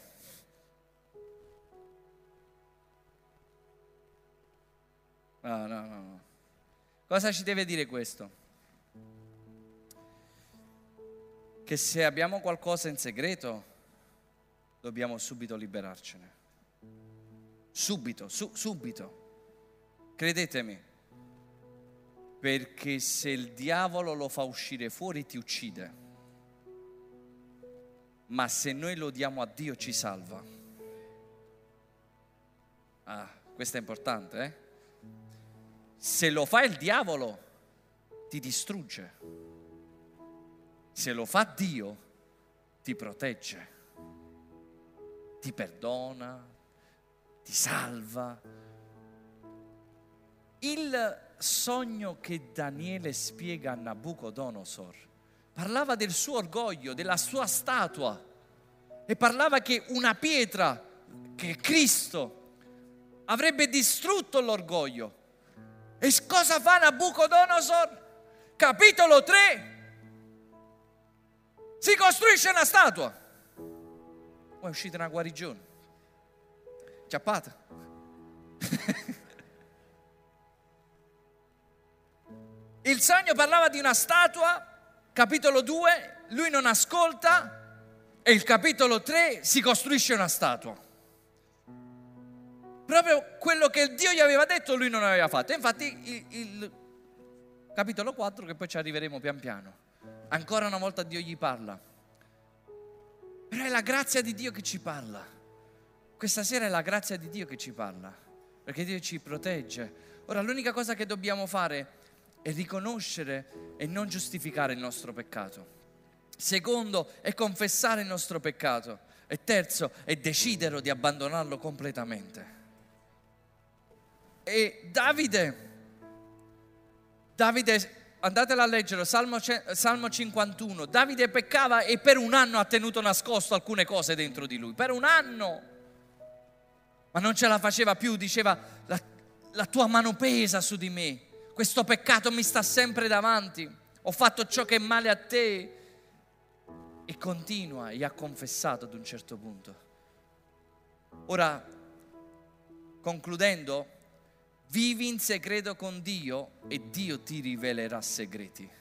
No, no, no. Cosa ci deve dire questo? Che se abbiamo qualcosa in segreto, dobbiamo subito liberarcene. Subito, su, subito. Credetemi. Perché se il diavolo lo fa uscire fuori ti uccide. Ma se noi lo diamo a Dio ci salva. Ah, questo è importante, eh? Se lo fa il diavolo ti distrugge. Se lo fa Dio ti protegge, ti perdona, ti salva. Il sogno che Daniele spiega a Nabucodonosor parlava del suo orgoglio, della sua statua, e parlava che una pietra, che Cristo, avrebbe distrutto l'orgoglio. E cosa fa Nabucodonosor? Capitolo tre. Si costruisce una statua. Poi è uscita una guarigione. Ciappata. Il sogno parlava di una statua. Capitolo due, lui non ascolta. E il capitolo tre si costruisce una statua. Proprio quello che Dio gli aveva detto lui non aveva fatto. Infatti il, il capitolo quattro, che poi ci arriveremo pian piano, ancora una volta Dio gli parla. Però è la grazia di Dio che ci parla. Questa sera è la grazia di Dio che ci parla, perché Dio ci protegge. Ora l'unica cosa che dobbiamo fare è riconoscere e non giustificare il nostro peccato. Secondo è confessare il nostro peccato. E terzo è decidere di abbandonarlo completamente. E Davide, Davide, andatela a leggere, Salmo, Salmo cinquantuno, Davide peccava e per un anno ha tenuto nascosto alcune cose dentro di lui, per un anno, ma non ce la faceva più, diceva la, la tua mano pesa su di me, questo peccato mi sta sempre davanti, ho fatto ciò che è male a te, e continua e ha confessato ad un certo punto. Ora, concludendo, vivi in segreto con Dio e Dio ti rivelerà segreti.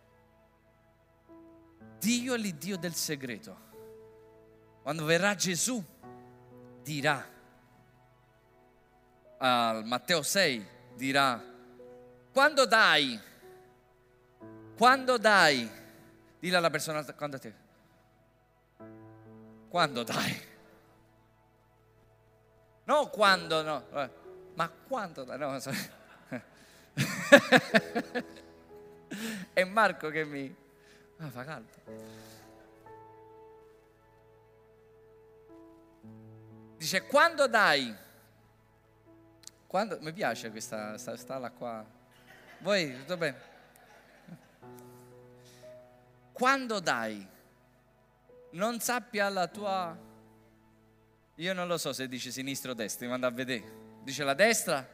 Dio è l'Iddio del segreto. Quando verrà Gesù, dirà, a Matteo sei, dirà, quando dai, quando dai, dillo alla persona, quando te, quando dai, no quando, no, ma quanto dai? No, so. È Marco che mi... Ah, fa caldo. Dice, quando dai... Quando... Mi piace questa sta, sta là qua. Voi, tutto bene? Quando dai, non sappia la tua... Io non lo so se dice sinistra o destra, mi manda a vedere. Dice la destra?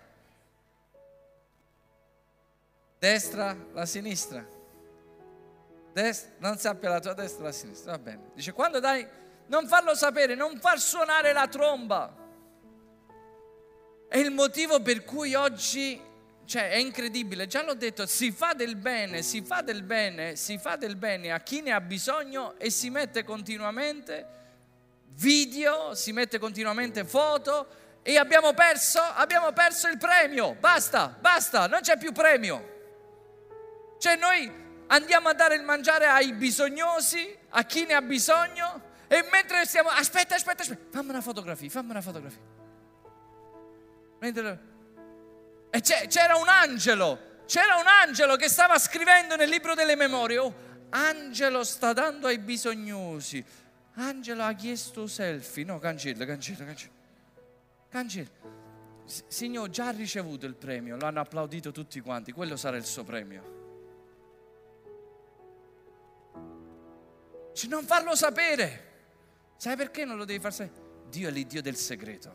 Destra, la sinistra. Destra, non sappia la tua destra o la sinistra, va bene. Dice, quando dai, non farlo sapere, non far suonare la tromba. È il motivo per cui oggi, cioè è incredibile, già l'ho detto, si fa del bene, si fa del bene, si fa del bene a chi ne ha bisogno e si mette continuamente video, si mette continuamente foto e abbiamo perso, abbiamo perso il premio, basta, basta, non c'è più premio. Cioè noi andiamo a dare il mangiare ai bisognosi, a chi ne ha bisogno, e mentre stiamo, aspetta, aspetta, aspetta, fammi una fotografia, fammi una fotografia. Mentre... E c'era un angelo, c'era un angelo che stava scrivendo nel libro delle memorie, oh, Angelo sta dando ai bisognosi, Angelo ha chiesto selfie, no, cancella, cancella, cancella, cancella. Signore, già ha ricevuto il premio, l'hanno applaudito tutti quanti, quello sarà il suo premio. Cioè, non farlo sapere. Sai perché non lo devi far sapere? Dio è l'Iddio del segreto.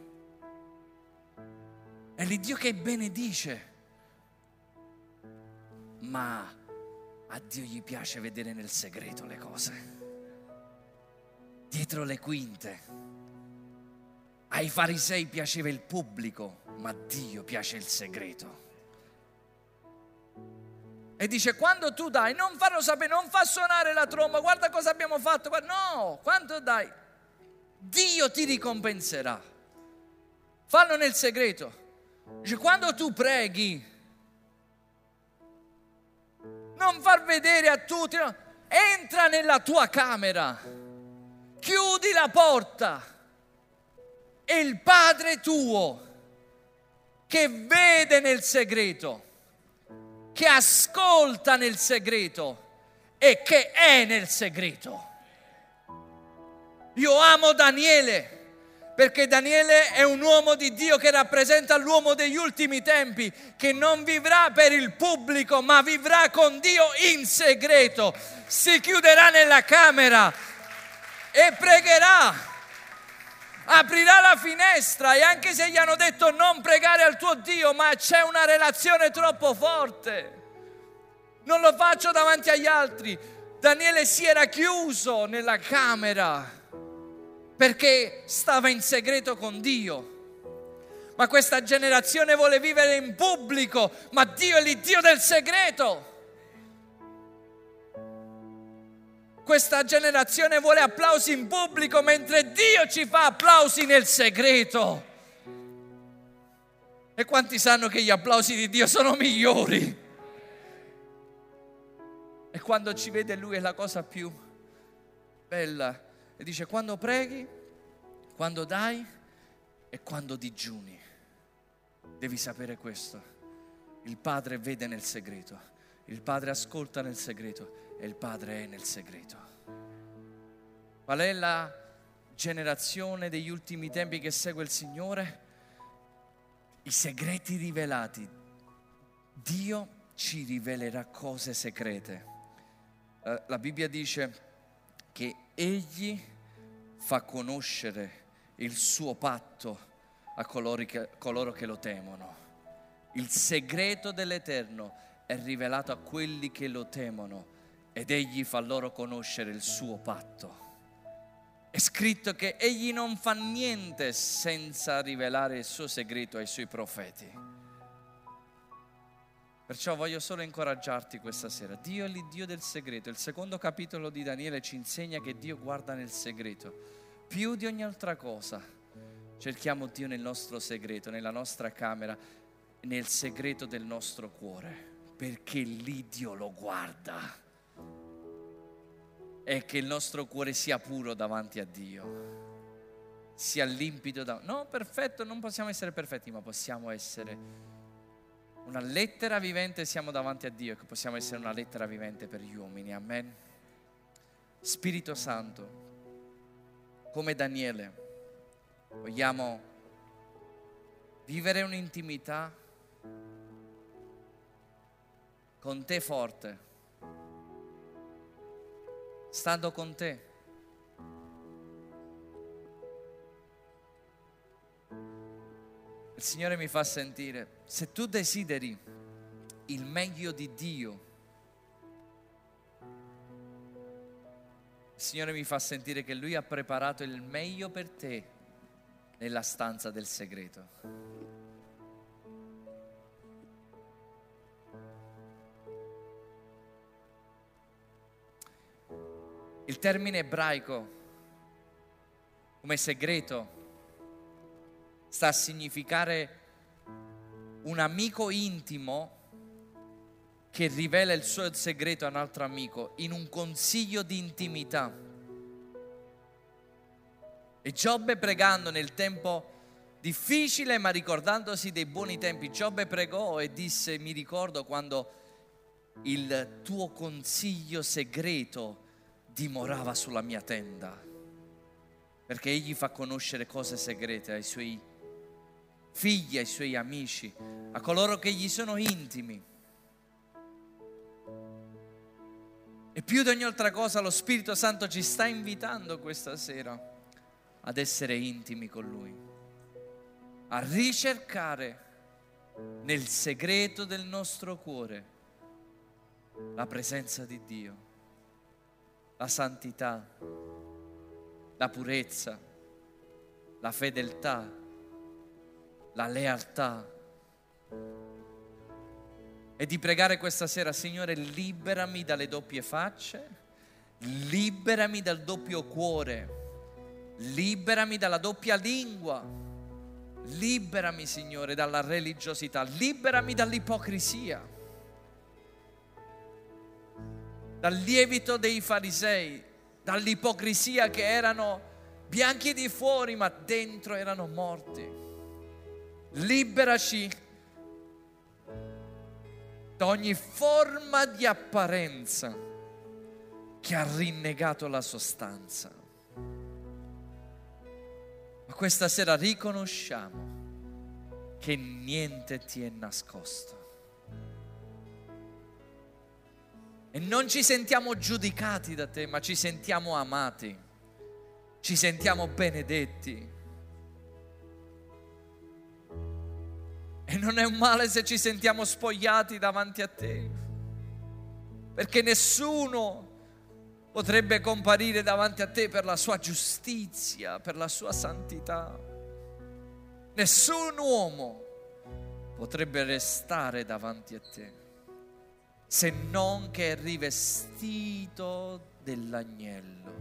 È l'Iddio che benedice. Ma a Dio gli piace vedere nel segreto le cose. Dietro le quinte. Ai farisei piaceva il pubblico, ma a Dio piace il segreto. E dice, quando tu dai, non farlo sapere, non fa suonare la tromba, guarda cosa abbiamo fatto. No, quando dai, Dio ti ricompenserà. Fallo nel segreto. Dice, quando tu preghi, non far vedere a tutti, no. Entra nella tua camera, chiudi la porta e il Padre tuo che vede nel segreto, che ascolta nel segreto e che è nel segreto. Io amo Daniele perché Daniele è un uomo di Dio che rappresenta l'uomo degli ultimi tempi, che non vivrà per il pubblico ma vivrà con Dio in segreto. Si chiuderà nella camera e pregherà, aprirà la finestra, e anche se gli hanno detto non pregare al tuo Dio, ma c'è una relazione troppo forte, non lo faccio davanti agli altri. Daniele si era chiuso nella camera perché stava in segreto con Dio. Ma questa generazione vuole vivere in pubblico, ma Dio è l'Iddio del segreto. Questa generazione vuole applausi in pubblico, mentre Dio ci fa applausi nel segreto. E quanti sanno che gli applausi di Dio sono migliori? E quando ci vede Lui è la cosa più bella. E dice, quando preghi, quando dai e quando digiuni, devi sapere questo: il Padre vede nel segreto, il Padre ascolta nel segreto e il Padre è nel segreto. Qual è la generazione degli ultimi tempi che segue il Signore? I segreti rivelati. Dio ci rivelerà cose segrete. La Bibbia dice che Egli fa conoscere il suo patto a coloro che, coloro che lo temono. Il segreto dell'Eterno è rivelato a quelli che lo temono ed Egli fa loro conoscere il suo patto. È scritto che Egli non fa niente senza rivelare il suo segreto ai suoi profeti. Perciò voglio solo incoraggiarti questa sera. Dio è l'Iddio del segreto. Il secondo capitolo di Daniele ci insegna che Dio guarda nel segreto. Più di ogni altra cosa, cerchiamo Dio nel nostro segreto, nella nostra camera, nel segreto del nostro cuore, perché lì Dio lo guarda. E che il nostro cuore sia puro davanti a Dio. sia limpido da... No, perfetto, non possiamo essere perfetti, ma possiamo essere una lettera vivente, siamo davanti a Dio, che possiamo essere una lettera vivente per gli uomini, amen. Spirito Santo, come Daniele, vogliamo vivere un'intimità con te forte, stando con te. Il Signore mi fa sentire, se tu desideri il meglio di Dio, il Signore mi fa sentire che Lui ha preparato il meglio per te nella stanza del segreto. Il termine ebraico come segreto sta a significare un amico intimo che rivela il suo segreto a un altro amico in un consiglio di intimità. E Giobbe, pregando nel tempo difficile ma ricordandosi dei buoni tempi, Giobbe pregò e disse: mi ricordo quando il tuo consiglio segreto dimorava sulla mia tenda, perché egli fa conoscere cose segrete ai suoi figli, ai suoi amici, a coloro che gli sono intimi. E più di ogni altra cosa lo Spirito Santo ci sta invitando questa sera ad essere intimi con Lui, a ricercare nel segreto del nostro cuore la presenza di Dio, la santità, la purezza, la fedeltà, la lealtà. E di pregare questa sera: Signore, liberami dalle doppie facce, liberami dal doppio cuore, liberami dalla doppia lingua, liberami, Signore, dalla religiosità, liberami dall'ipocrisia, dal lievito dei farisei, dall'ipocrisia che erano bianchi di fuori ma dentro erano morti. Liberaci da ogni forma di apparenza che ha rinnegato la sostanza. Ma questa sera riconosciamo che niente ti è nascosto e non ci sentiamo giudicati da te, ma ci sentiamo amati, ci sentiamo benedetti. E non è un male se ci sentiamo spogliati davanti a te, perché nessuno potrebbe comparire davanti a te per la sua giustizia, per la sua santità. Nessun uomo potrebbe restare davanti a te se non che è rivestito dell'agnello.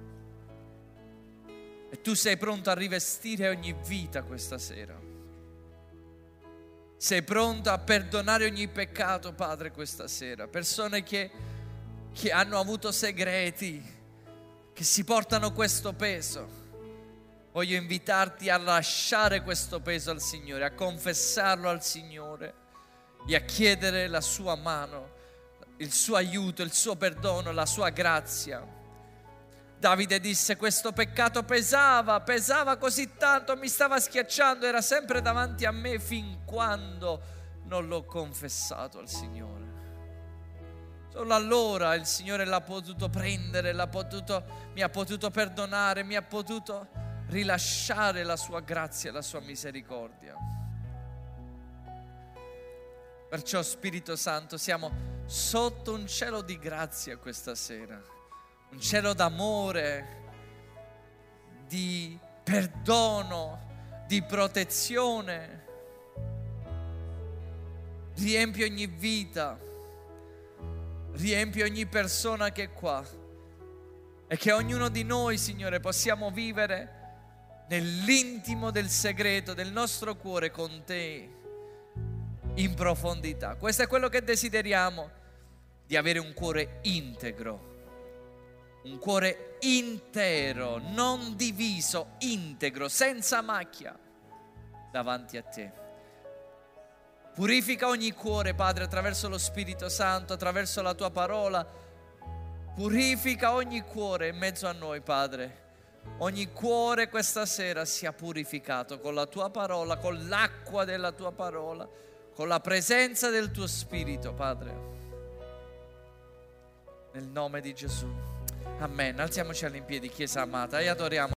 E tu sei pronto a rivestire ogni vita questa sera. Sei pronto a perdonare ogni peccato, Padre, questa sera. Persone che, che hanno avuto segreti, che si portano questo peso. Voglio invitarti a lasciare questo peso al Signore, a confessarlo al Signore e a chiedere la sua mano, il suo aiuto, il suo perdono, la sua grazia. Davide disse: questo peccato pesava, pesava così tanto, mi stava schiacciando, era sempre davanti a me fin quando non l'ho confessato al Signore. Solo allora il Signore l'ha potuto prendere, l'ha potuto, mi ha potuto perdonare, mi ha potuto rilasciare la sua grazia e la sua misericordia. Perciò, Spirito Santo, siamo sotto un cielo di grazia questa sera. Un cielo d'amore, di perdono, di protezione. Riempi ogni vita, riempi ogni persona che è qua, e che ognuno di noi, Signore, possiamo vivere nell'intimo del segreto del nostro cuore con te in profondità. Questo è quello che desideriamo, di avere un cuore integro, un cuore intero, non diviso, integro, senza macchia davanti a te. Purifica ogni cuore, Padre, attraverso lo Spirito Santo, attraverso la tua parola. Purifica ogni cuore in mezzo a noi, Padre. Ogni cuore questa sera sia purificato con la tua parola, con l'acqua della tua parola, con la presenza del tuo Spirito, Padre. Nel nome di Gesù. Amen. Alziamoci all'impiedi, Chiesa amata, e adoriamo.